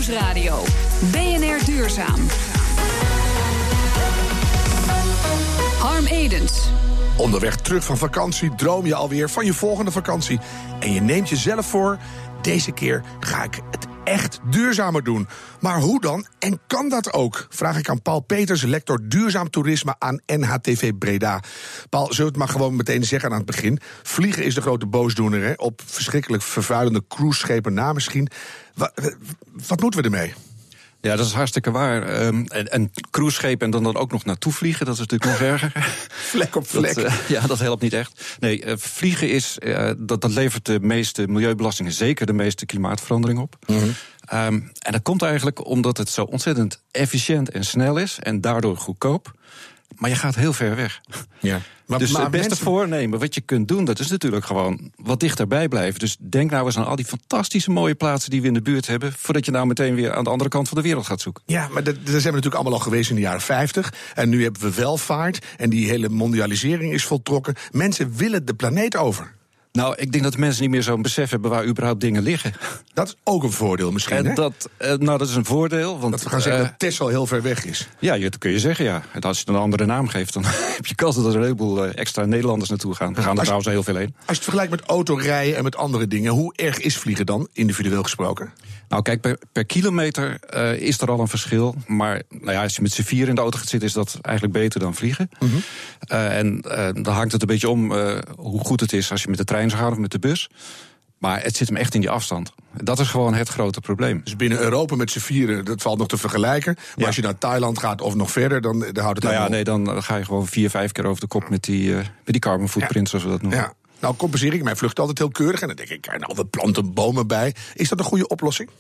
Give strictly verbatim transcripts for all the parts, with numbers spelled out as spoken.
Nieuwsradio. B N R Duurzaam. Harm Edens. Onderweg terug van vakantie droom je alweer van je volgende vakantie. En je neemt jezelf voor, deze keer ga ik het echt duurzamer doen. Maar hoe dan? En kan dat ook? Vraag ik aan Paul Peters, lector duurzaam toerisme aan N H T V Breda. Paul, zullen we het maar gewoon meteen zeggen aan het begin? Vliegen is de grote boosdoener, hè? Op verschrikkelijk vervuilende cruiseschepen na misschien. Wat, wat moeten we ermee? Ja, dat is hartstikke waar. Um, en, en cruiseschepen en dan, dan ook nog naartoe vliegen, dat is natuurlijk nog erger. Vlek op vlek. Dat, uh, ja, dat helpt niet echt. Nee, uh, vliegen is, uh, dat, dat levert de meeste milieubelastingen, zeker de meeste klimaatverandering op. Mm-hmm. Um, en dat komt eigenlijk omdat het zo ontzettend efficiënt en snel is en daardoor goedkoop. Maar je gaat heel ver weg. Ja. Maar, dus maar het beste mensen... voornemen wat je kunt doen, dat is natuurlijk gewoon wat dichterbij blijven. Dus denk nou eens aan al die fantastische mooie plaatsen die we in de buurt hebben, voordat je nou meteen weer aan de andere kant van de wereld gaat zoeken. Ja, maar daar zijn we natuurlijk allemaal al geweest in de jaren vijftig. En nu hebben we welvaart en die hele mondialisering is voltrokken. Mensen willen de planeet over. Nou, ik denk dat mensen niet meer zo'n besef hebben waar überhaupt dingen liggen. Dat is ook een voordeel misschien, en hè? Dat, uh, nou, dat is een voordeel. Want, dat we gaan zeggen uh, dat Tesla heel ver weg is. Ja, dat kun je zeggen, ja. En als je het een andere naam geeft, dan heb je kans dat er een heleboel uh, extra Nederlanders naartoe gaan. Er gaan er trouwens heel veel heen. Als je het vergelijkt met autorijden en met andere dingen, hoe erg is vliegen dan, individueel gesproken? Nou, kijk, per, per kilometer uh, is er al een verschil. Maar nou ja, als je met z'n vier in de auto gaat zitten, is dat eigenlijk beter dan vliegen. Mm-hmm. Uh, en uh, dan hangt het een beetje om uh, hoe goed het is als je met de trein zou gaan of met de bus. Maar het zit hem echt in die afstand. Dat is gewoon het grote probleem. Dus binnen Europa met z'n vieren, dat valt nog te vergelijken. Maar ja. als je naar Thailand gaat of nog verder, dan, dan houdt het nou ja, op. Nee, dan ga je gewoon vier, vijf keer over de kop met die, uh, met die carbon footprint, ja. zoals we dat noemen. Ja. Nou, compenseer ik mijn vlucht altijd heel keurig. En dan denk ik, nou, we planten bomen bij. Is dat een goede oplossing?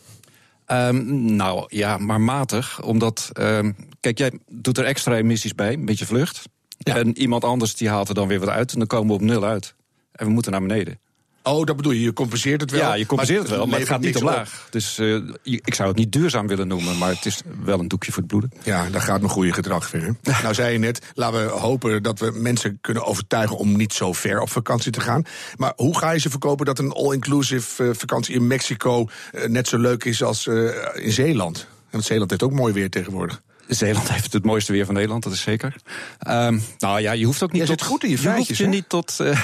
Um, nou ja, maar matig. Omdat, um, kijk, jij doet er extra emissies bij met je vlucht. Ja. En iemand anders die haalt er dan weer wat uit. En dan komen we op nul uit. En we moeten naar beneden. Oh, dat bedoel je, je compenseert het wel? Ja, je compenseert het wel, maar het gaat niet omlaag. Op. Dus uh, ik zou het niet duurzaam willen noemen, maar het is wel een doekje voor het bloeden. Ja, daar gaat mijn goede gedrag weer. Nou, zei je net, laten we hopen dat we mensen kunnen overtuigen om niet zo ver op vakantie te gaan. Maar hoe ga je ze verkopen dat een all-inclusive uh, vakantie in Mexico uh, net zo leuk is als uh, in Zeeland? Want Zeeland heeft ook mooi weer tegenwoordig. Zeeland heeft het mooiste weer van Nederland, dat is zeker. Um, nou ja, je hoeft ook niet. Je tot, zit goed in je feitjes, je hoeft je niet tot. Uh,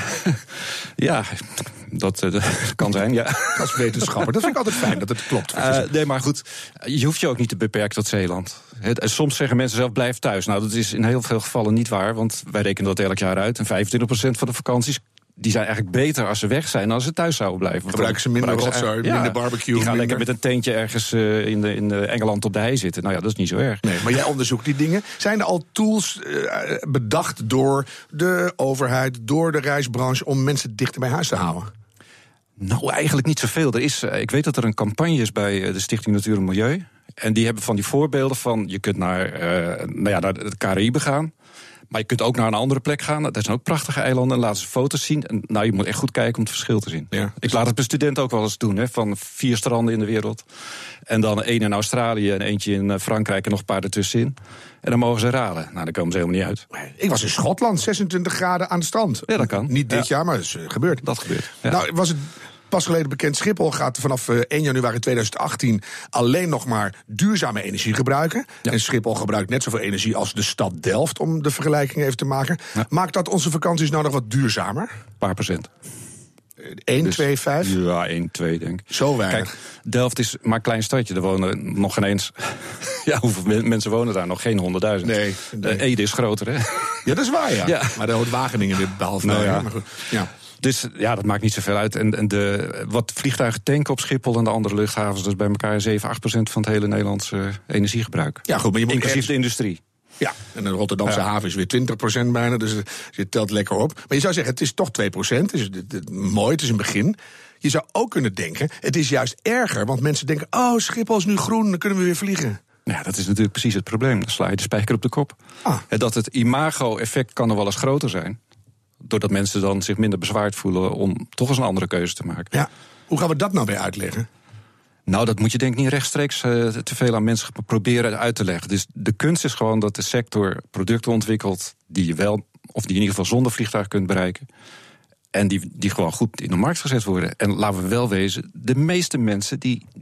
ja, dat uh, kan zijn, ja. Als wetenschapper, dat vind ik altijd fijn dat het klopt. Uh, nee, maar goed, je hoeft je ook niet te beperken tot Zeeland. Het, soms zeggen mensen zelf, blijf thuis. Nou, dat is in heel veel gevallen niet waar, want wij rekenen dat elk jaar uit. En vijfentwintig procent van de vakanties, die zijn eigenlijk beter als ze weg zijn dan als ze thuis zouden blijven. Gebruiken ze minder rotzooi, ja, minder barbecue. Die gaan minder... lekker met een tentje ergens uh, in, de, in de Engeland op de hei zitten. Nou ja, dat is niet zo erg. Nee, maar jij onderzoekt die dingen. Zijn er al tools uh, bedacht door de overheid, door de reisbranche, om mensen dichter bij huis te houden? Nou, eigenlijk niet zoveel. Er is, uh, ik weet dat er een campagne is bij uh, de Stichting Natuur en Milieu. En die hebben van die voorbeelden van, je kunt naar, uh, nou ja, naar de Caraïben gaan. Maar je kunt ook naar een andere plek gaan. Dat zijn ook prachtige eilanden. En laten ze foto's zien. En nou, je moet echt goed kijken om het verschil te zien. Ja. Ik laat het bij studenten ook wel eens doen. Hè, van vier stranden in de wereld. En dan één in Australië en eentje in Frankrijk en nog een paar ertussenin. En dan mogen ze raden. Nou, dan komen ze helemaal niet uit. Ik was in Schotland, zesentwintig graden aan het strand. Ja, dat kan. Niet dit ja. jaar, maar dat is uh, gebeurd. Dat gebeurt. Ja. Nou, was het pas geleden bekend, Schiphol gaat vanaf één januari tweeduizend achttien alleen nog maar duurzame energie gebruiken. Ja. En Schiphol gebruikt net zoveel energie als de stad Delft, om de vergelijking even te maken. Ja. Maakt dat onze vakanties nou nog wat duurzamer? Een paar procent. één, dus, twee, vijf? Ja, één, twee denk ik. Zo weinig. Kijk, Delft is maar een klein stadje. Er wonen nog geen eens... ja, hoeveel mensen wonen daar? Nog geen honderdduizend. Nee. nee. Uh, Ede is groter, hè? Ja, dat is waar, ja. ja. Maar daar hoort Wageningen weer behalve. Nou, ja. Maar goed. Ja. Dus ja, dat maakt niet zoveel uit. En, en de, wat vliegtuigen tanken op Schiphol en de andere luchthavens, dat is bij elkaar zeven, acht procent van het hele Nederlandse uh, energiegebruik. Ja, goed, maar je moet inclusief ergens... de industrie. Ja, en de Rotterdamse ja. haven is weer twintig procent bijna, dus je telt lekker op. Maar je zou zeggen, het is toch twee procent, het is het, het, mooi, het is een begin. Je zou ook kunnen denken, het is juist erger, want mensen denken, oh, Schiphol is nu groen, dan kunnen we weer vliegen. Ja, dat is natuurlijk precies het probleem. Dan sla je de spijker op de kop. Ah. Dat het imago-effect kan nog wel eens groter zijn. Doordat mensen dan zich minder bezwaard voelen om toch eens een andere keuze te maken. Ja. Hoe gaan we dat nou weer uitleggen? Nou, dat moet je denk ik niet rechtstreeks uh, te veel aan mensen proberen uit te leggen. Dus de kunst is gewoon dat de sector producten ontwikkelt die je wel, of die in ieder geval zonder vliegtuig kunt bereiken. En die, die gewoon goed in de markt gezet worden. En laten we wel wezen, de meeste mensen die, die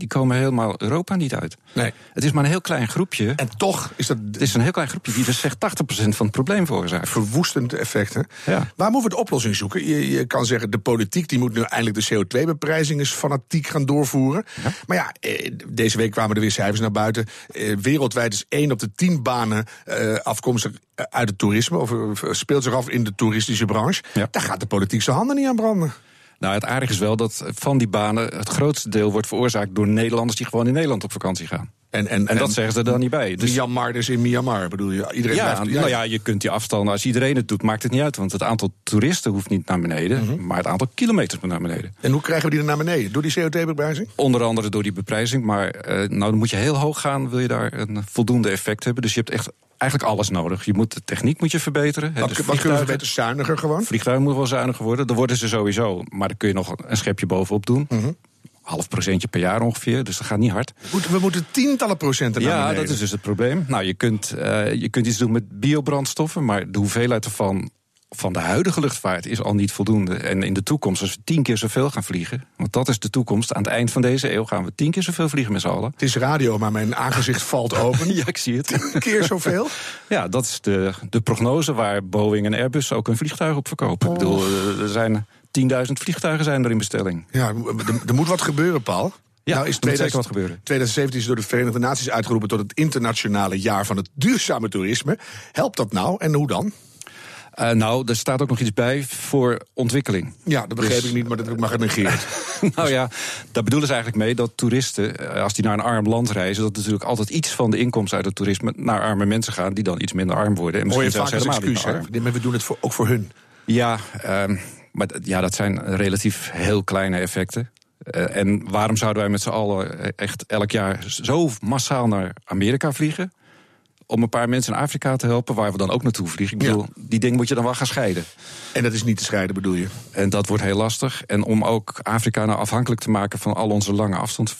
die komen helemaal Europa niet uit. Nee. Het is maar een heel klein groepje. En toch is dat... Het is een heel klein groepje die dus zegt tachtig procent van het probleem veroorzaakt. Verwoestend effecten. Ja. Waar moeten we de oplossing zoeken? Je, je kan zeggen, de politiek die moet nu eindelijk de C O twee beprijzing eens fanatiek gaan doorvoeren. Ja. Maar ja, deze week kwamen er weer cijfers naar buiten. Wereldwijd is één op de tien banen afkomstig uit het toerisme, of speelt zich af in de toeristische branche. Ja. Daar gaat de politiek zijn handen niet aan branden. Nou, het aardige is wel dat van die banen het grootste deel wordt veroorzaakt door Nederlanders die gewoon in Nederland op vakantie gaan. En, en, en dat en zeggen ze er dan niet bij. Dus Myanmar is in Myanmar, bedoel je? Iedereen ja, blijft, ja, nou ja, je kunt die afstanden, als iedereen het doet, maakt het niet uit. Want het aantal toeristen hoeft niet naar beneden, mm-hmm. maar het aantal kilometers moet naar beneden. En hoe krijgen we die er naar beneden? Door die C O twee beprijzing? Onder andere door die beprijzing, maar uh, nou, dan moet je heel hoog gaan, wil je daar een voldoende effect hebben. Dus je hebt echt eigenlijk alles nodig. Je moet de techniek moet je verbeteren. Wat, dus wat kunnen we beter? Zuiniger gewoon? Vliegtuigen moeten wel zuiniger worden. Dan worden ze sowieso, maar dan kun je nog een schepje bovenop doen. Mm-hmm. Half procentje per jaar ongeveer, dus dat gaat niet hard. We moeten tientallen procenten naar beneden. Ja, dat is dus het probleem. Nou, je kunt, uh, je kunt iets doen met biobrandstoffen, maar de hoeveelheid ervan van de huidige luchtvaart is al niet voldoende. En in de toekomst, als we tien keer zoveel gaan vliegen, want dat is de toekomst, aan het eind van deze eeuw gaan we tien keer zoveel vliegen met z'n allen. Het is radio, maar mijn aangezicht valt open. Ja, ik zie het. Tien keer zoveel? Ja, dat is de, de prognose waar Boeing en Airbus ook een vliegtuig op verkopen. Oh. Ik bedoel, er zijn tienduizend vliegtuigen zijn er in bestelling. Ja, er, er moet wat gebeuren, Paul. Ja, nou is tweeduizend, wat gebeuren. tweeduizend zeventien is door de Verenigde Naties uitgeroepen tot het internationale jaar van het duurzame toerisme. Helpt dat nou en hoe dan? Uh, nou, er staat ook nog iets bij voor ontwikkeling. Ja, dat begreep dus, ik niet, maar dat heb ik maar genegeerd. Nou ja, daar bedoelen ze eigenlijk mee dat toeristen, als die naar een arm land reizen, dat natuurlijk altijd iets van de inkomsten uit het toerisme naar arme mensen gaan die dan iets minder arm worden. En misschien zelfs helemaal niet arm. Maar we doen het voor, ook voor hun. Ja, um, maar ja, dat zijn relatief heel kleine effecten. Uh, en waarom zouden wij met z'n allen echt elk jaar zo massaal naar Amerika vliegen? Om een paar mensen in Afrika te helpen, waar we dan ook naartoe vliegen. Ik bedoel, ja. Die dingen moet je dan wel gaan scheiden. En dat is niet te scheiden, bedoel je? En dat wordt heel lastig. En om ook Afrika nou afhankelijk te maken van al onze lange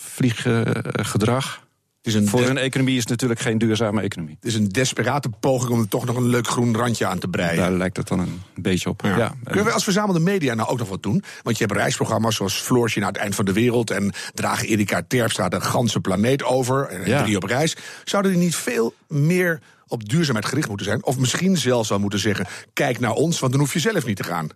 afstandsvlieggedrag. Voor de... hun economie is het natuurlijk geen duurzame economie. Het is een desperate poging om er toch nog een leuk groen randje aan te breien. Daar lijkt het dan een beetje op. Ja. Ja. Kunnen we als verzamelde media nou ook nog wat doen? Want je hebt reisprogramma's zoals Floortje naar het eind van de wereld en dragen Erika Terpstra de ganse planeet over. En ja. drie op reis. Zouden die niet veel meer op duurzaamheid gericht moeten zijn? Of misschien zelfs wel moeten zeggen, kijk naar ons, want dan hoef je zelf niet te gaan.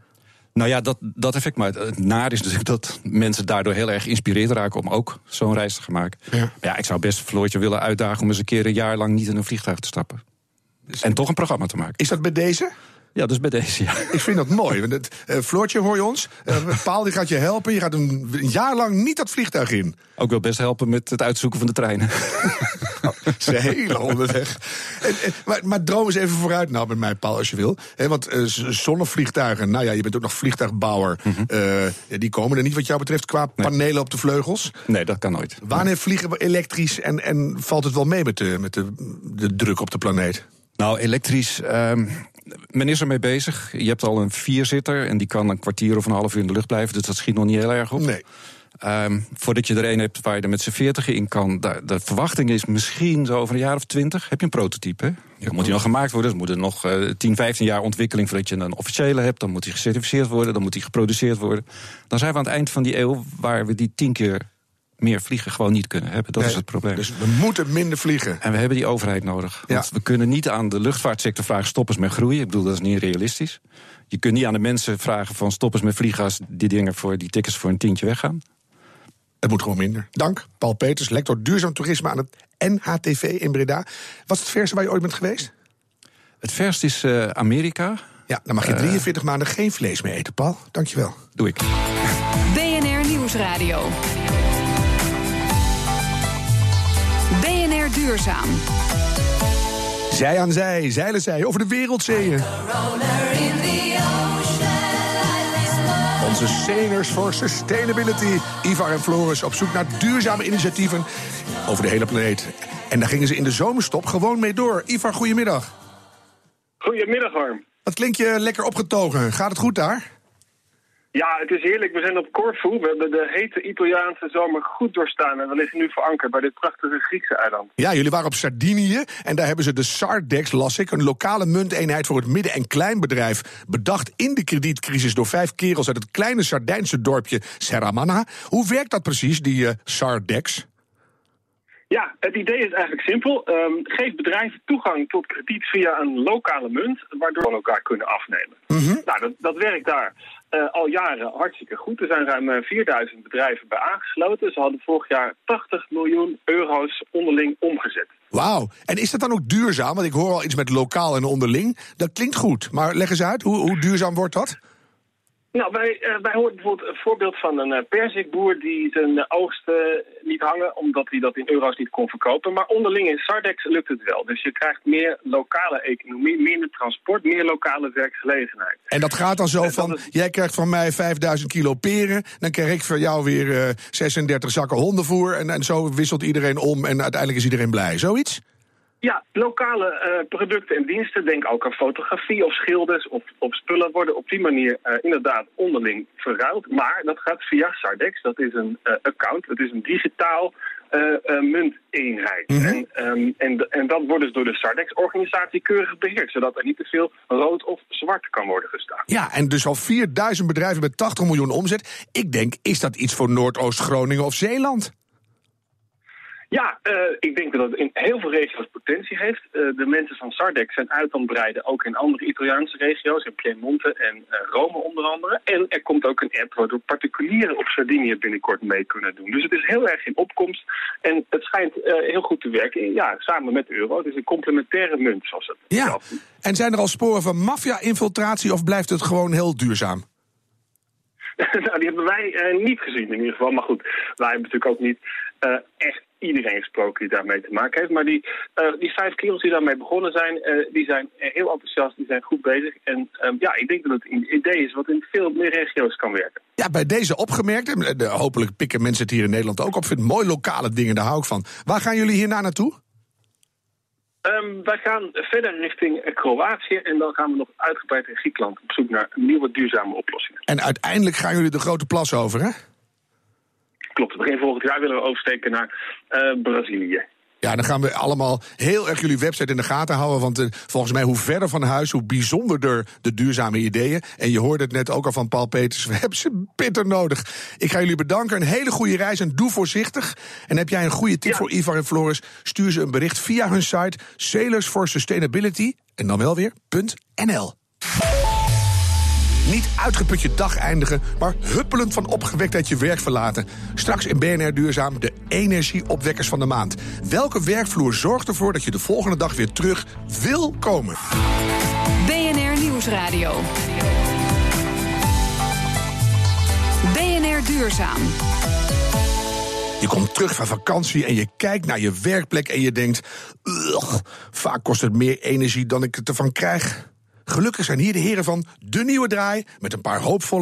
Nou ja, dat, dat effect. Maar het naar is natuurlijk dat mensen daardoor heel erg geïnspireerd raken om ook zo'n reis te gaan maken. Ja. Maar ja, ik zou best Floortje willen uitdagen om eens een keer een jaar lang niet in een vliegtuig te stappen. Dus en toch een programma te maken. Is dat bij deze? Ja, dus bij deze, ja. Ik vind dat mooi. Want het, uh, Floortje, hoor je ons? Uh, Paul, die gaat je helpen. Je gaat een, een jaar lang niet dat vliegtuig in. Ook wel best helpen met het uitzoeken van de treinen. Oh, ze hele onderweg. En, en, maar, maar droom eens even vooruit nou met mij, Paul, als je wil. He, want uh, zonnevliegtuigen, nou ja, je bent ook nog vliegtuigbouwer. Mm-hmm. Uh, die komen er niet wat jou betreft qua nee. panelen op de vleugels. Nee, dat kan nooit. Wanneer vliegen we elektrisch en, en valt het wel mee met de, met de, de druk op de planeet? Nou, elektrisch, um, men is ermee bezig. Je hebt al een vierzitter en die kan een kwartier of een half uur in de lucht blijven. Dus dat schiet nog niet heel erg op. Nee. Um, voordat je er een hebt waar je er met z'n veertigen in kan. De, de verwachting is misschien zo over een jaar of twintig. Heb je een prototype, hè? Dan moet die nog gemaakt worden. Dus moet er nog uh, tien, vijftien jaar ontwikkeling voordat je een officiële hebt. Dan moet die gecertificeerd worden, dan moet die geproduceerd worden. Dan zijn we aan het eind van die eeuw waar we die tien keer meer vliegen gewoon niet kunnen hebben. Dat nee, is het probleem. Dus we moeten minder vliegen. En we hebben die overheid nodig. Want ja. we kunnen niet aan de luchtvaartsector vragen stop eens met groeien. Ik bedoel, dat is niet realistisch. Je kunt niet aan de mensen vragen van stop eens met vliegen als die dingen voor die tickets voor een tientje weggaan. Het moet gewoon minder. Dank, Paul Peters, lector duurzaam toerisme aan het N H T V in Breda. Wat is het verste waar je ooit bent geweest? Het verst is uh, Amerika. Ja, dan mag je drieënveertig uh, maanden geen vlees meer eten, Paul. Dankjewel. Doe ik. B N R Nieuwsradio. B N R Duurzaam. Zij aan zij, zeilen zij over de wereldzeeën. Onze Sailors for Sustainability, Ivar en Floris, op zoek naar duurzame initiatieven over de hele planeet. En daar gingen ze in de zomerstop gewoon mee door. Ivar, goedemiddag. Goedemiddag, Harm. Wat klinkt je lekker opgetogen? Gaat het goed daar? Ja, het is heerlijk. We zijn op Corfu. We hebben de hete Italiaanse zomer goed doorstaan. En we liggen nu verankerd bij dit prachtige Griekse eiland. Ja, jullie waren op Sardinië en daar hebben ze de Sardex, las ik, een lokale munteenheid voor het midden- en kleinbedrijf, bedacht in de kredietcrisis door vijf kerels uit het kleine Sardijnse dorpje Serramanna. Hoe werkt dat precies, die uh, Sardex? Ja, het idee is eigenlijk simpel. Um, geef bedrijven toegang tot krediet via een lokale munt, waardoor we elkaar kunnen afnemen. Mm-hmm. Nou, dat, dat werkt daar uh, al jaren hartstikke goed. Er zijn ruim uh, vierduizend bedrijven bij aangesloten. Ze hadden vorig jaar tachtig miljoen euro's onderling omgezet. Wauw. En is dat dan ook duurzaam? Want ik hoor al iets met lokaal en onderling. Dat klinkt goed. Maar leg eens uit, hoe, hoe duurzaam wordt dat? Nou, wij, uh, wij horen bijvoorbeeld een voorbeeld van een uh, perzikboer die zijn uh, oogst uh, niet hangen, omdat hij dat in euro's niet kon verkopen. Maar onderling in Sardex lukt het wel. Dus je krijgt meer lokale economie, minder transport, meer lokale werkgelegenheid. En dat gaat dan zo en van, is... jij krijgt van mij vijfduizend kilo peren, dan krijg ik van jou weer uh, zesendertig zakken hondenvoer. En, en zo wisselt iedereen om en uiteindelijk is iedereen blij. Zoiets? Ja, lokale uh, producten en diensten, denk ook aan fotografie of schilders of, of spullen, worden op die manier uh, inderdaad onderling verruild. Maar dat gaat via Sardex, dat is een uh, account, het is een digitaal uh, uh, munteenheid. Mm-hmm. En, um, en, en dat wordt dus door de Sardex-organisatie keurig beheerd, zodat er niet te veel rood of zwart kan worden gestaan. Ja, en dus al vierduizend bedrijven met tachtig miljoen omzet. Ik denk, is dat iets voor Noordoost-Groningen of Zeeland? Ja, uh, ik denk dat het in heel veel regio's potentie heeft. Uh, de mensen van Sardex zijn uit aan het breiden, ook in andere Italiaanse regio's, in Piemonte en uh, Rome onder andere. En er komt ook een app waardoor particulieren op Sardinië binnenkort mee kunnen doen. Dus het is heel erg in opkomst en het schijnt uh, heel goed te werken, ja, samen met de euro. Het is een complementaire munt, zoals het ja. zelf. En zijn er al sporen van maffia-infiltratie of blijft het gewoon heel duurzaam? Nou, die hebben wij uh, niet gezien in ieder geval. Maar goed, wij hebben natuurlijk ook niet uh, echt iedereen gesproken die daarmee te maken heeft. Maar die, uh, die vijf kerels die daarmee begonnen zijn, uh, die zijn heel enthousiast, die zijn goed bezig. En um, ja, ik denk dat het een idee is wat in veel meer regio's kan werken. Ja, bij deze opgemerkt, en de, hopelijk pikken mensen het hier in Nederland ook op, vind mooi lokale dingen, daar hou ik van. Waar gaan jullie hierna naartoe? Um, wij gaan verder richting Kroatië en dan gaan we nog uitgebreid in Griekenland op zoek naar nieuwe duurzame oplossingen. En uiteindelijk gaan jullie de Grote Plas over, hè? Klopt, begin volgend jaar willen we oversteken naar uh, Brazilië. Ja, dan gaan we allemaal heel erg jullie website in de gaten houden. Want uh, volgens mij hoe verder van huis, hoe bijzonderder de duurzame ideeën. En je hoorde het net ook al van Paul Peters. We hebben ze bitter nodig. Ik ga jullie bedanken. Een hele goede reis en doe voorzichtig. En heb jij een goede tip ja. voor Ivar en Floris? Stuur ze een bericht via hun site Sailors for Sustainability. En dan wel weer .nl. Niet uitgeput je dag eindigen, maar huppelend van opgewektheid je werk verlaten. Straks in B N R Duurzaam de energieopwekkers van de maand. Welke werkvloer zorgt ervoor dat je de volgende dag weer terug wil komen? B N R Nieuwsradio. B N R Duurzaam. Je komt terug van vakantie en je kijkt naar je werkplek en je denkt, ugh, vaak kost het meer energie dan ik het ervan krijg. Gelukkig zijn hier de heren van De Nieuwe Draai met een paar hoopvolle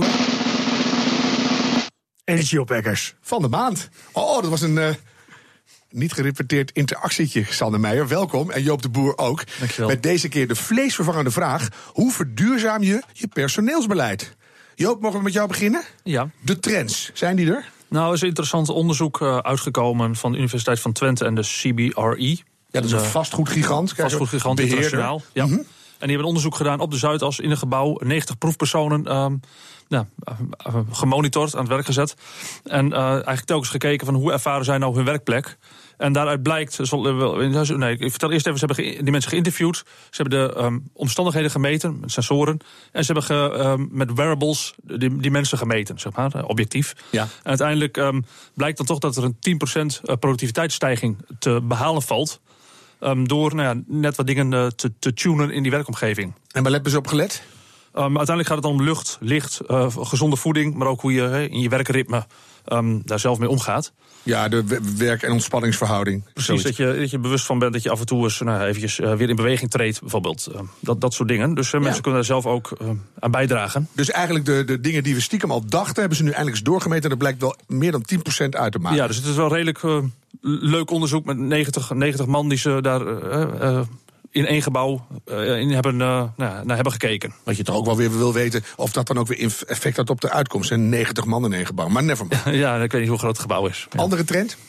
energieopwekkers van de maand. Oh, dat was een uh, niet gerepeteerd interactietje, Sander Meijer. Welkom. En Joop de Boer ook. Dankjewel. Met deze keer de vleesvervangende vraag: hoe verduurzaam je je personeelsbeleid? Joop, mogen we met jou beginnen? Ja. De trends, zijn die er? Nou, er is een interessant onderzoek uh, uitgekomen van de Universiteit van Twente en de C B R E. Ja, dat is een vastgoedgigant. Vastgoedgigant internationaal. Ja. Mm-hmm. En die hebben een onderzoek gedaan op de Zuidas in een gebouw. negentig proefpersonen um, nou, uh, gemonitord, aan het werk gezet. En uh, eigenlijk telkens gekeken van hoe ervaren zij nou hun werkplek. En daaruit blijkt, nee, ik vertel eerst even, ze hebben ge, die mensen geïnterviewd. Ze hebben de um, omstandigheden gemeten met sensoren. En ze hebben ge, um, met wearables die, die mensen gemeten, zeg maar, objectief. Ja. En uiteindelijk um, blijkt dan toch dat er een tien procent productiviteitsstijging te behalen valt. Um, door nou ja, net wat dingen uh, te, te tunen in die werkomgeving. En waar hebben ze op gelet? Um, uiteindelijk gaat het om lucht, licht, uh, gezonde voeding, maar ook hoe je hey, in je werkritme um, daar zelf mee omgaat. Ja, de werk- en ontspanningsverhouding. Precies, dat je, dat je bewust van bent dat je af en toe eens nou, eventjes uh, weer in beweging treedt, bijvoorbeeld. Uh, dat, dat soort dingen. Dus uh, ja. mensen kunnen daar zelf ook uh, aan bijdragen. Dus eigenlijk de, de dingen die we stiekem al dachten, hebben ze nu eindelijk eens doorgemeten. En dat blijkt wel meer dan tien procent uit te maken. Ja, dus het is wel redelijk uh, leuk onderzoek met negentig, negentig man die ze daar uh, uh, in één gebouw uh, in hebben, uh, nou, naar hebben gekeken. Wat je toch ook wel weer wil weten of dat dan ook weer effect had op de uitkomst. En negentig man in één gebouw, maar never mind. Ja, ik weet niet hoe groot het gebouw is. Ja. Andere trend?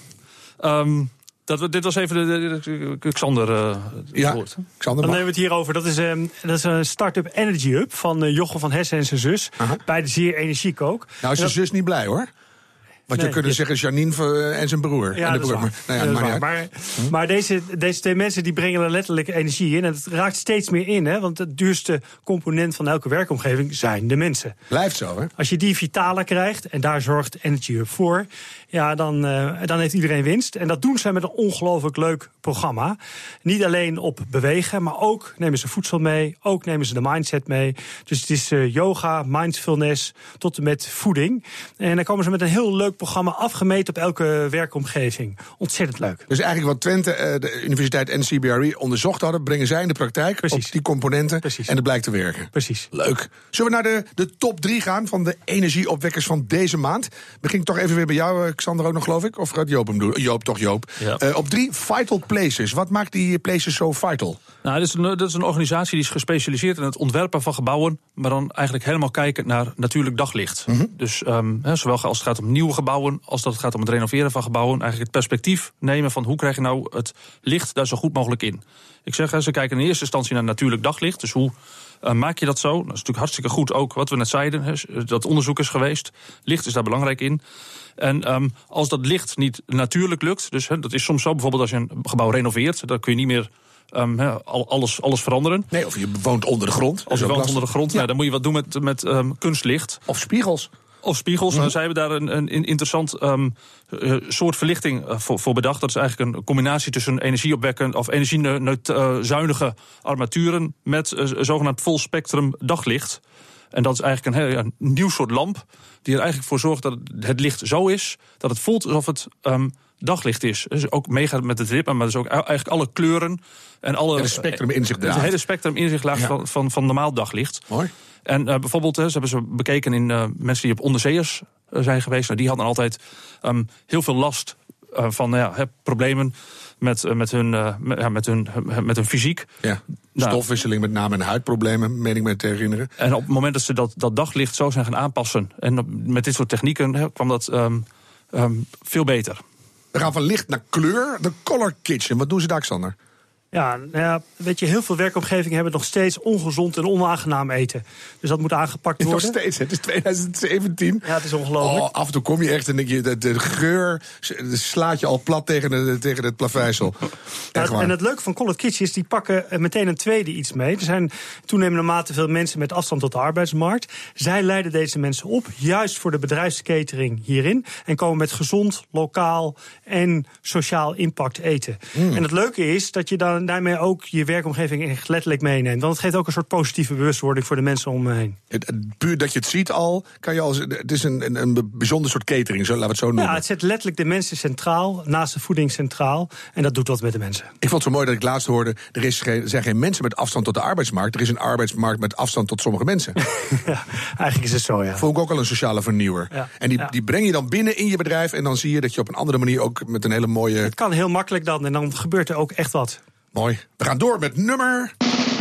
Um, Dat, dit was even de, de, de Xander uh, ja, woord. Xander, dan nemen we het hier over. Dat is, um, dat is een start-up Energy Hub van uh, Jochem van Hessen en zijn zus. Aha. Beide zeer energiek ook. Nou is zijn zus niet blij hoor. Wat nee, je kunt zeggen Janine en zijn broer. Ja, en de dat broer. Maar, nou ja, maar, maar, hm? maar deze, deze twee mensen die brengen er letterlijk energie in. En het raakt steeds meer in. Hè, want het duurste component van elke werkomgeving zijn de mensen. Blijft zo, hè? Als je die vitaler krijgt, en daar zorgt Energy Hub voor, ja, dan, uh, dan heeft iedereen winst. En dat doen ze met een ongelooflijk leuk programma. Niet alleen op bewegen, maar ook nemen ze voedsel mee. Ook nemen ze de mindset mee. Dus het is uh, yoga, mindfulness, tot en met voeding. En dan komen ze met een heel leuk programma afgemeten op elke werkomgeving. Ontzettend leuk. Dus eigenlijk wat Twente, de universiteit en C B R E onderzocht hadden, brengen zij in de praktijk. Precies. Op die componenten. Precies. En het blijkt te werken. Precies. Leuk. Zullen we naar de, de top drie gaan van de energieopwekkers van deze maand? Begin ik toch even weer bij jou, Xander, ook nog, geloof ik? Of gaat Joop hem doen? Joop, toch Joop. Ja. Uh, op drie, Vital Places. Wat maakt die places zo vital? Nou, dat is, een, dat is een organisatie die is gespecialiseerd in het ontwerpen van gebouwen, maar dan eigenlijk helemaal kijken naar natuurlijk daglicht. Mm-hmm. Dus um, he, zowel als het gaat om nieuwe gebouwen, als dat het gaat om het renoveren van gebouwen, eigenlijk het perspectief nemen van hoe krijg je nou het licht daar zo goed mogelijk in. Ik zeg, he, ze kijken in eerste instantie naar natuurlijk daglicht. Dus hoe uh, maak je dat zo? Dat is natuurlijk hartstikke goed ook wat we net zeiden. He, dat onderzoek is geweest. Licht is daar belangrijk in. En um, als dat licht niet natuurlijk lukt, dus he, dat is soms zo, bijvoorbeeld als je een gebouw renoveert, dan kun je niet meer Um, he, alles, alles veranderen. Nee, of je woont onder de grond. Als je woont onder de grond, ja. nou, dan moet je wat doen met, met um, kunstlicht. Of spiegels. Of spiegels. Mm-hmm. Nou, zij hebben daar een, een interessant um, uh, soort verlichting uh, voor, voor bedacht. Dat is eigenlijk een combinatie tussen energieopwekkend of energiezuinige uh, armaturen met uh, zogenaamd vol spectrum daglicht. En dat is eigenlijk een, heel, een nieuw soort lamp die er eigenlijk voor zorgt dat het licht zo is dat het voelt alsof het um, daglicht is. Dus ook meegaat met het ritme, maar dus ook eigenlijk alle kleuren en alle. Het spectrum in zich draagt. Het hele spectrum in zich laagt ja. van, van, van normaal daglicht. Mooi. En uh, bijvoorbeeld, hè, ze hebben ze bekeken in uh, mensen die op onderzeeërs uh, zijn geweest. Nou, die hadden altijd um, heel veel last uh, van uh, ja, problemen met, uh, met, hun, uh, met, ja, met, hun, uh, met hun fysiek. Ja. Stofwisseling met name en huidproblemen, meen ik me te herinneren. En op het moment dat ze dat, dat daglicht zo zijn gaan aanpassen, en met dit soort technieken hè, kwam dat um, um, veel beter. We gaan van licht naar kleur. De Color Kitchen. Wat doen ze daar, Xander? Ja, nou ja, weet je, heel veel werkomgevingen hebben nog steeds ongezond en onaangenaam eten. Dus dat moet aangepakt worden. Nog steeds, het is twintig zeventien. Ja, het is ongelooflijk. Oh, af en toe kom je echt en denk je, de, de geur slaat je al plat tegen, de, tegen het plaveisel. Ja, en het leuke van Color Kitchen is, die pakken meteen een tweede iets mee. Er zijn toenemende mate veel mensen met afstand tot de arbeidsmarkt. Zij leiden deze mensen op, juist voor de bedrijfskatering hierin. En komen met gezond, lokaal en sociaal impact eten. Mm. En het leuke is dat je dan daarmee ook je werkomgeving echt letterlijk meeneemt. Want het geeft ook een soort positieve bewustwording voor de mensen om me heen. Het, het, puur dat je het ziet al, kan je als, het is een, een, een bijzonder soort catering, zo, laten we het zo noemen. Ja, het zet letterlijk de mensen centraal, naast de voeding centraal. En dat doet wat met de mensen. Ik vond het zo mooi dat ik laatst hoorde, er, is geen, er zijn geen mensen met afstand tot de arbeidsmarkt. Er is een arbeidsmarkt met afstand tot sommige mensen. Ja, eigenlijk is het zo, ja. Vond ik ook al een sociale vernieuwer. Ja, en die, ja. die breng je dan binnen in je bedrijf en dan zie je dat je op een andere manier ook met een hele mooie... Het kan heel makkelijk dan en dan gebeurt er ook echt wat. Mooi. We gaan door met nummer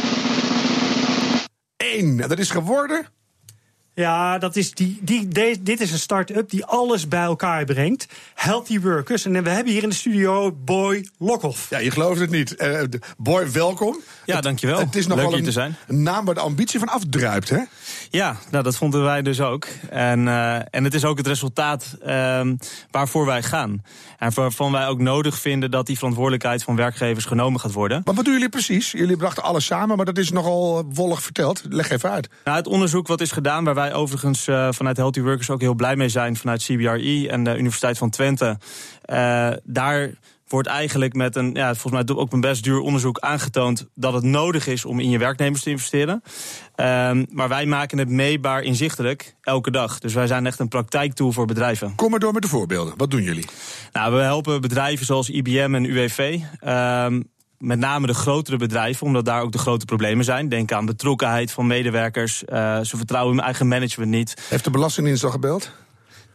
één. Dat is geworden... Ja, dat is die, die, de, dit is een start-up die alles bij elkaar brengt. Healthy Workers. En we hebben hier in de studio Boy Lokhoff. Ja, je gelooft het niet. Uh, Boy, welkom. Ja, het, dankjewel. Het is nog wel een, te zijn. een naam waar de ambitie van afdruipt, hè? Ja, nou, dat vonden wij dus ook. En, uh, en het is ook het resultaat uh, waarvoor wij gaan. En waarvan wij ook nodig vinden dat die verantwoordelijkheid van werkgevers genomen gaat worden. Maar wat doen jullie precies? Jullie brachten alles samen, maar dat is nogal wollig verteld. Leg even uit. Nou, het onderzoek wat is gedaan, waar wij overigens uh, vanuit Healthy Workers ook heel blij mee zijn, vanuit C B R E en de Universiteit van Twente, uh, daar wordt eigenlijk met een, ja, volgens mij ook een best duur onderzoek aangetoond dat het nodig is om in je werknemers te investeren. Um, maar wij maken het meetbaar inzichtelijk elke dag. Dus wij zijn echt een praktijktool voor bedrijven. Kom maar door met de voorbeelden. Wat doen jullie? Nou, we helpen bedrijven zoals I B M en U W V. Um, Met name de grotere bedrijven, omdat daar ook de grote problemen zijn. Denk aan betrokkenheid van medewerkers. Uh, ze vertrouwen hun eigen management niet. Heeft de Belastingdienst al gebeld?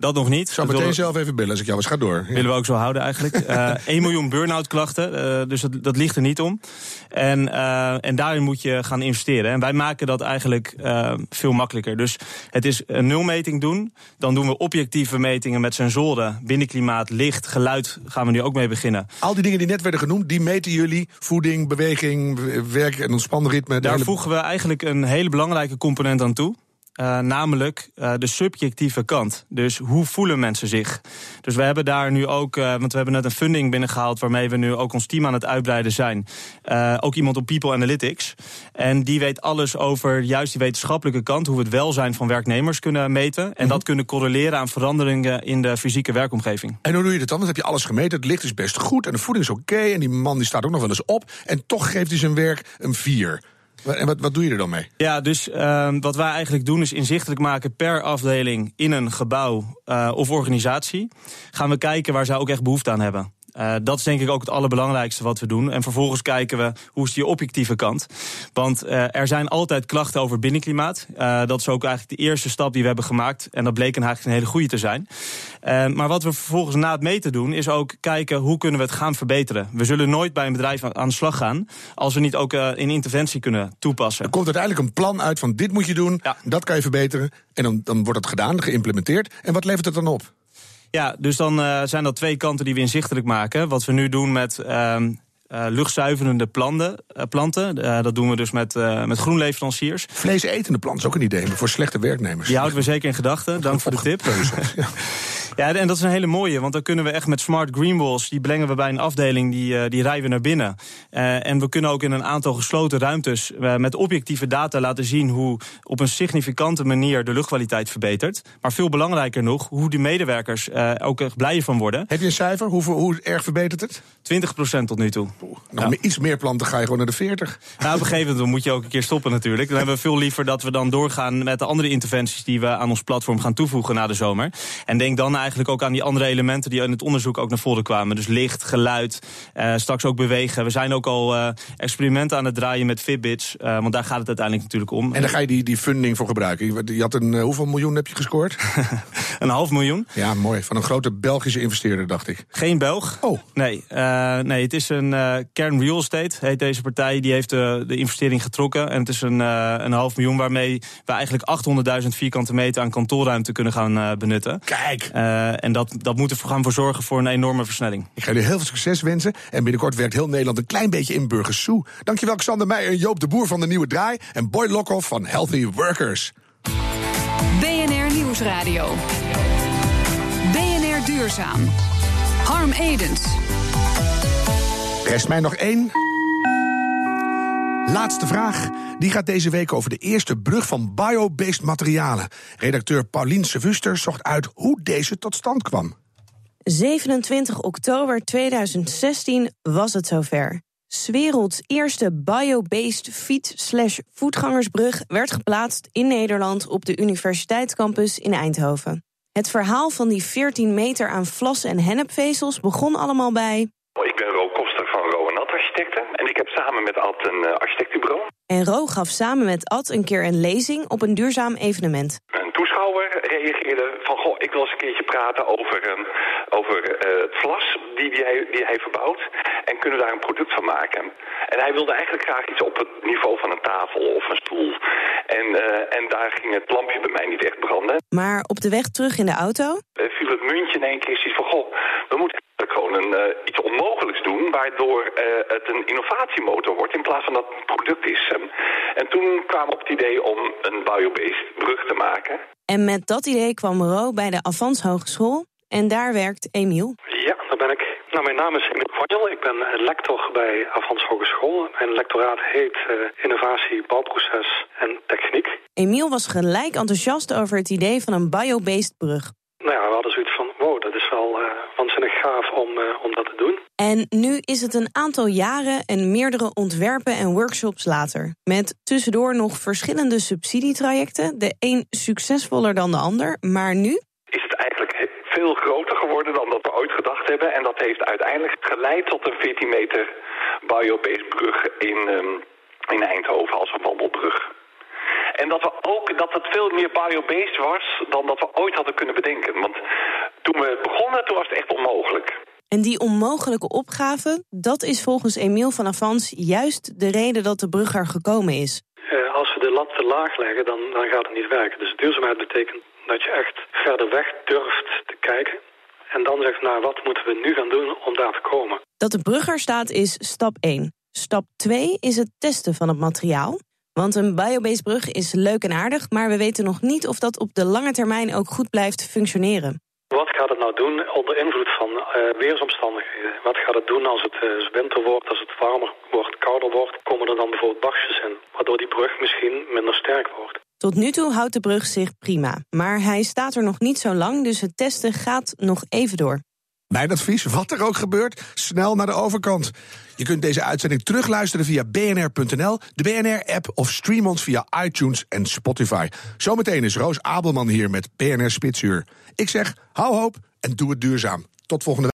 Dat nog niet. Ik zou meteen zelf even bellen als ik jou was. Ga door. Ja. Willen we ook zo houden eigenlijk. Uh, één miljoen burn-out klachten, uh, dus dat, dat ligt er niet om. En, uh, en daarin moet je gaan investeren. En wij maken dat eigenlijk uh, veel makkelijker. Dus het is een nulmeting doen. Dan doen we objectieve metingen met sensoren. Binnenklimaat, licht, geluid gaan we nu ook mee beginnen. Al die dingen die net werden genoemd, die meten jullie. Voeding, beweging, werk en ontspannen ritme. Daar hele... voegen we eigenlijk een hele belangrijke component aan toe. Uh, namelijk uh, de subjectieve kant. Dus hoe voelen mensen zich? Dus we hebben daar nu ook, uh, want we hebben net een funding binnengehaald waarmee we nu ook ons team aan het uitbreiden zijn. Uh, ook iemand op People Analytics. En die weet alles over juist die wetenschappelijke kant, hoe we het welzijn van werknemers kunnen meten. En mm-hmm. dat kunnen correleren aan veranderingen in de fysieke werkomgeving. En hoe doe je dat dan? Dan heb je alles gemeten, het licht is best goed en de voeding is oké. Okay, en die man die staat ook nog wel eens op. En toch geeft hij zijn werk een vier. En wat, wat doe je er dan mee? Ja, dus uh, wat wij eigenlijk doen is inzichtelijk maken per afdeling in een gebouw uh, of organisatie. Gaan we kijken waar zij ook echt behoefte aan hebben. Uh, dat is denk ik ook het allerbelangrijkste wat we doen. En vervolgens kijken we hoe is die objectieve kant. Want uh, er zijn altijd klachten over binnenklimaat. Uh, dat is ook eigenlijk de eerste stap die we hebben gemaakt. En dat bleek eigenlijk een hele goede te zijn. Uh, maar wat we vervolgens na het meten doen is ook kijken hoe kunnen we het gaan verbeteren. We zullen nooit bij een bedrijf aan de slag gaan als we niet ook uh, in interventie kunnen toepassen. Er komt uiteindelijk een plan uit van dit moet je doen, ja. Dat kan je verbeteren. En dan, dan wordt het gedaan, geïmplementeerd. En wat levert het dan op? Ja, dus dan uh, zijn dat twee kanten die we inzichtelijk maken. Wat we nu doen met uh, uh, luchtzuiverende planten. Uh, planten. Uh, dat doen we dus met, uh, met groenleveranciers. Vleesetende planten is ook een idee, maar voor slechte werknemers. Die houden we zeker in gedachten. Dank voor de tip. Ja. Ja, en dat is een hele mooie, want dan kunnen we echt met smart green walls, die brengen we bij een afdeling, die, uh, die rijden we naar binnen. Uh, en we kunnen ook in een aantal gesloten ruimtes uh, met objectieve data laten zien hoe op een significante manier de luchtkwaliteit verbetert. Maar veel belangrijker nog, hoe die medewerkers uh, ook echt blij van worden. Heb je een cijfer? Hoe, hoe erg verbetert het? twintig procent tot nu toe. Oeh, nog ja. Iets meer planten ga je gewoon naar de veertig. Nou, op een gegeven moment moet je ook een keer stoppen natuurlijk. Dan hebben we veel liever dat we dan doorgaan met de andere interventies die we aan ons platform gaan toevoegen na de zomer. En denk dan eigenlijk ook aan die andere elementen die in het onderzoek ook naar voren kwamen. Dus licht, geluid, uh, straks ook bewegen. We zijn ook al uh, experimenten aan het draaien met Fitbits. Uh, want daar gaat het uiteindelijk natuurlijk om. En daar ga je die, die funding voor gebruiken. Je had een, uh, hoeveel miljoen heb je gescoord? Een half miljoen. Ja, mooi. Van een grote Belgische investeerder, dacht ik. Geen Belg. Oh. Nee, uh, nee het is een uh, Kern Real Estate, heet deze partij. Die heeft de, de investering getrokken. En het is een, uh, een half miljoen waarmee we eigenlijk achthonderdduizend vierkante meter aan kantoorruimte kunnen gaan uh, benutten. Kijk! Uh, en dat, dat moet er gaan voor zorgen voor een enorme versnelling. Ik ga jullie heel veel succes wensen. En binnenkort werkt heel Nederland een klein beetje in Burgers Zoo. Dankjewel Xander Meijer en Joop de Boer van de Nieuwe Draai. En Boy Lokhoff van Healthy Workers. B N R Nieuwsradio. B N R Duurzaam. Harm Edens. Rest mij nog één. Laatste vraag. Die gaat deze week over de eerste brug van biobased materialen. Redacteur Paulien Sevuster zocht uit hoe deze tot stand kwam. zevenentwintig oktober tweeduizend zestien was het zover. 's Werelds eerste biobased fiets-slash-voetgangersbrug werd geplaatst in Nederland op de universiteitscampus in Eindhoven. Het verhaal van die veertien meter aan vlas- en hennepvezels begon allemaal bij... Ik ben Ro Koster van Ro en Ad Architecten en ik heb samen met Ad een uh, architectenbureau. En Ro gaf samen met Ad een keer een lezing op een duurzaam evenement. Een toeschouwer reageerde van, goh, ik wil eens een keertje praten over, um, over uh, het vlas die, die, hij, die hij verbouwt. En kunnen we daar een product van maken. En hij wilde eigenlijk graag iets op het niveau van een tafel of een stoel. En, uh, en daar ging het lampje bij mij niet echt branden. Maar op de weg terug in de auto? Uh, viel het muntje in één keer zoiets van, goh, we moeten gewoon een, uh, iets onmogelijks doen, waardoor uh, het een innovatiemotor wordt in plaats van dat het product is. Um, en toen kwamen we op het idee om een biobased brug te maken. En met dat idee kwam Ro bij de Avans Hogeschool en daar werkt Emiel. Ja, daar ben ik. Nou, mijn naam is Emiel Vanjel. Ik ben lector bij Avans Hogeschool. Mijn lectoraat heet uh, Innovatie, Bouwproces en Techniek. Emiel was gelijk enthousiast over het idee van een biobased brug. Nou ja, we hadden zoiets van, wow, dat is wel uh, waanzinnig gaaf om, uh, om dat te doen. En nu is het een aantal jaren en meerdere ontwerpen en workshops later. Met tussendoor nog verschillende subsidietrajecten. De een succesvoller dan de ander, maar nu... is het eigenlijk veel groter geworden dan dat we ooit gedacht hebben. En dat heeft uiteindelijk geleid tot een veertien meter biobased brug in, um, in Eindhoven als een wandelbrug. En dat we ook dat het veel meer biobased was dan dat we ooit hadden kunnen bedenken. Want toen we begonnen, toen was het echt onmogelijk. En die onmogelijke opgave, dat is volgens Emiel van Avans juist de reden dat de brug er gekomen is. Uh, als we de lat te laag leggen, dan, dan gaat het niet werken. Dus duurzaamheid betekent dat je echt verder weg durft te kijken. En dan zegt, nou, wat moeten we nu gaan doen om daar te komen? Dat de brug er staat is stap één. Stap twee is het testen van het materiaal. Want een biobased brug is leuk en aardig, maar we weten nog niet of dat op de lange termijn ook goed blijft functioneren. Wat gaat het nou doen onder invloed van uh, weersomstandigheden? Wat gaat het doen als het uh, winter wordt, als het warmer wordt, kouder wordt? Komen er dan bijvoorbeeld barstjes in, waardoor die brug misschien minder sterk wordt? Tot nu toe houdt de brug zich prima, maar hij staat er nog niet zo lang, dus het testen gaat nog even door. Mijn advies, wat er ook gebeurt, snel naar de overkant. Je kunt deze uitzending terugluisteren via b n r punt n l, de B N R-app of stream ons via iTunes en Spotify. Zometeen is Roos Abelman hier met B N R Spitsuur. Ik zeg, hou hoop en doe het duurzaam. Tot volgende week.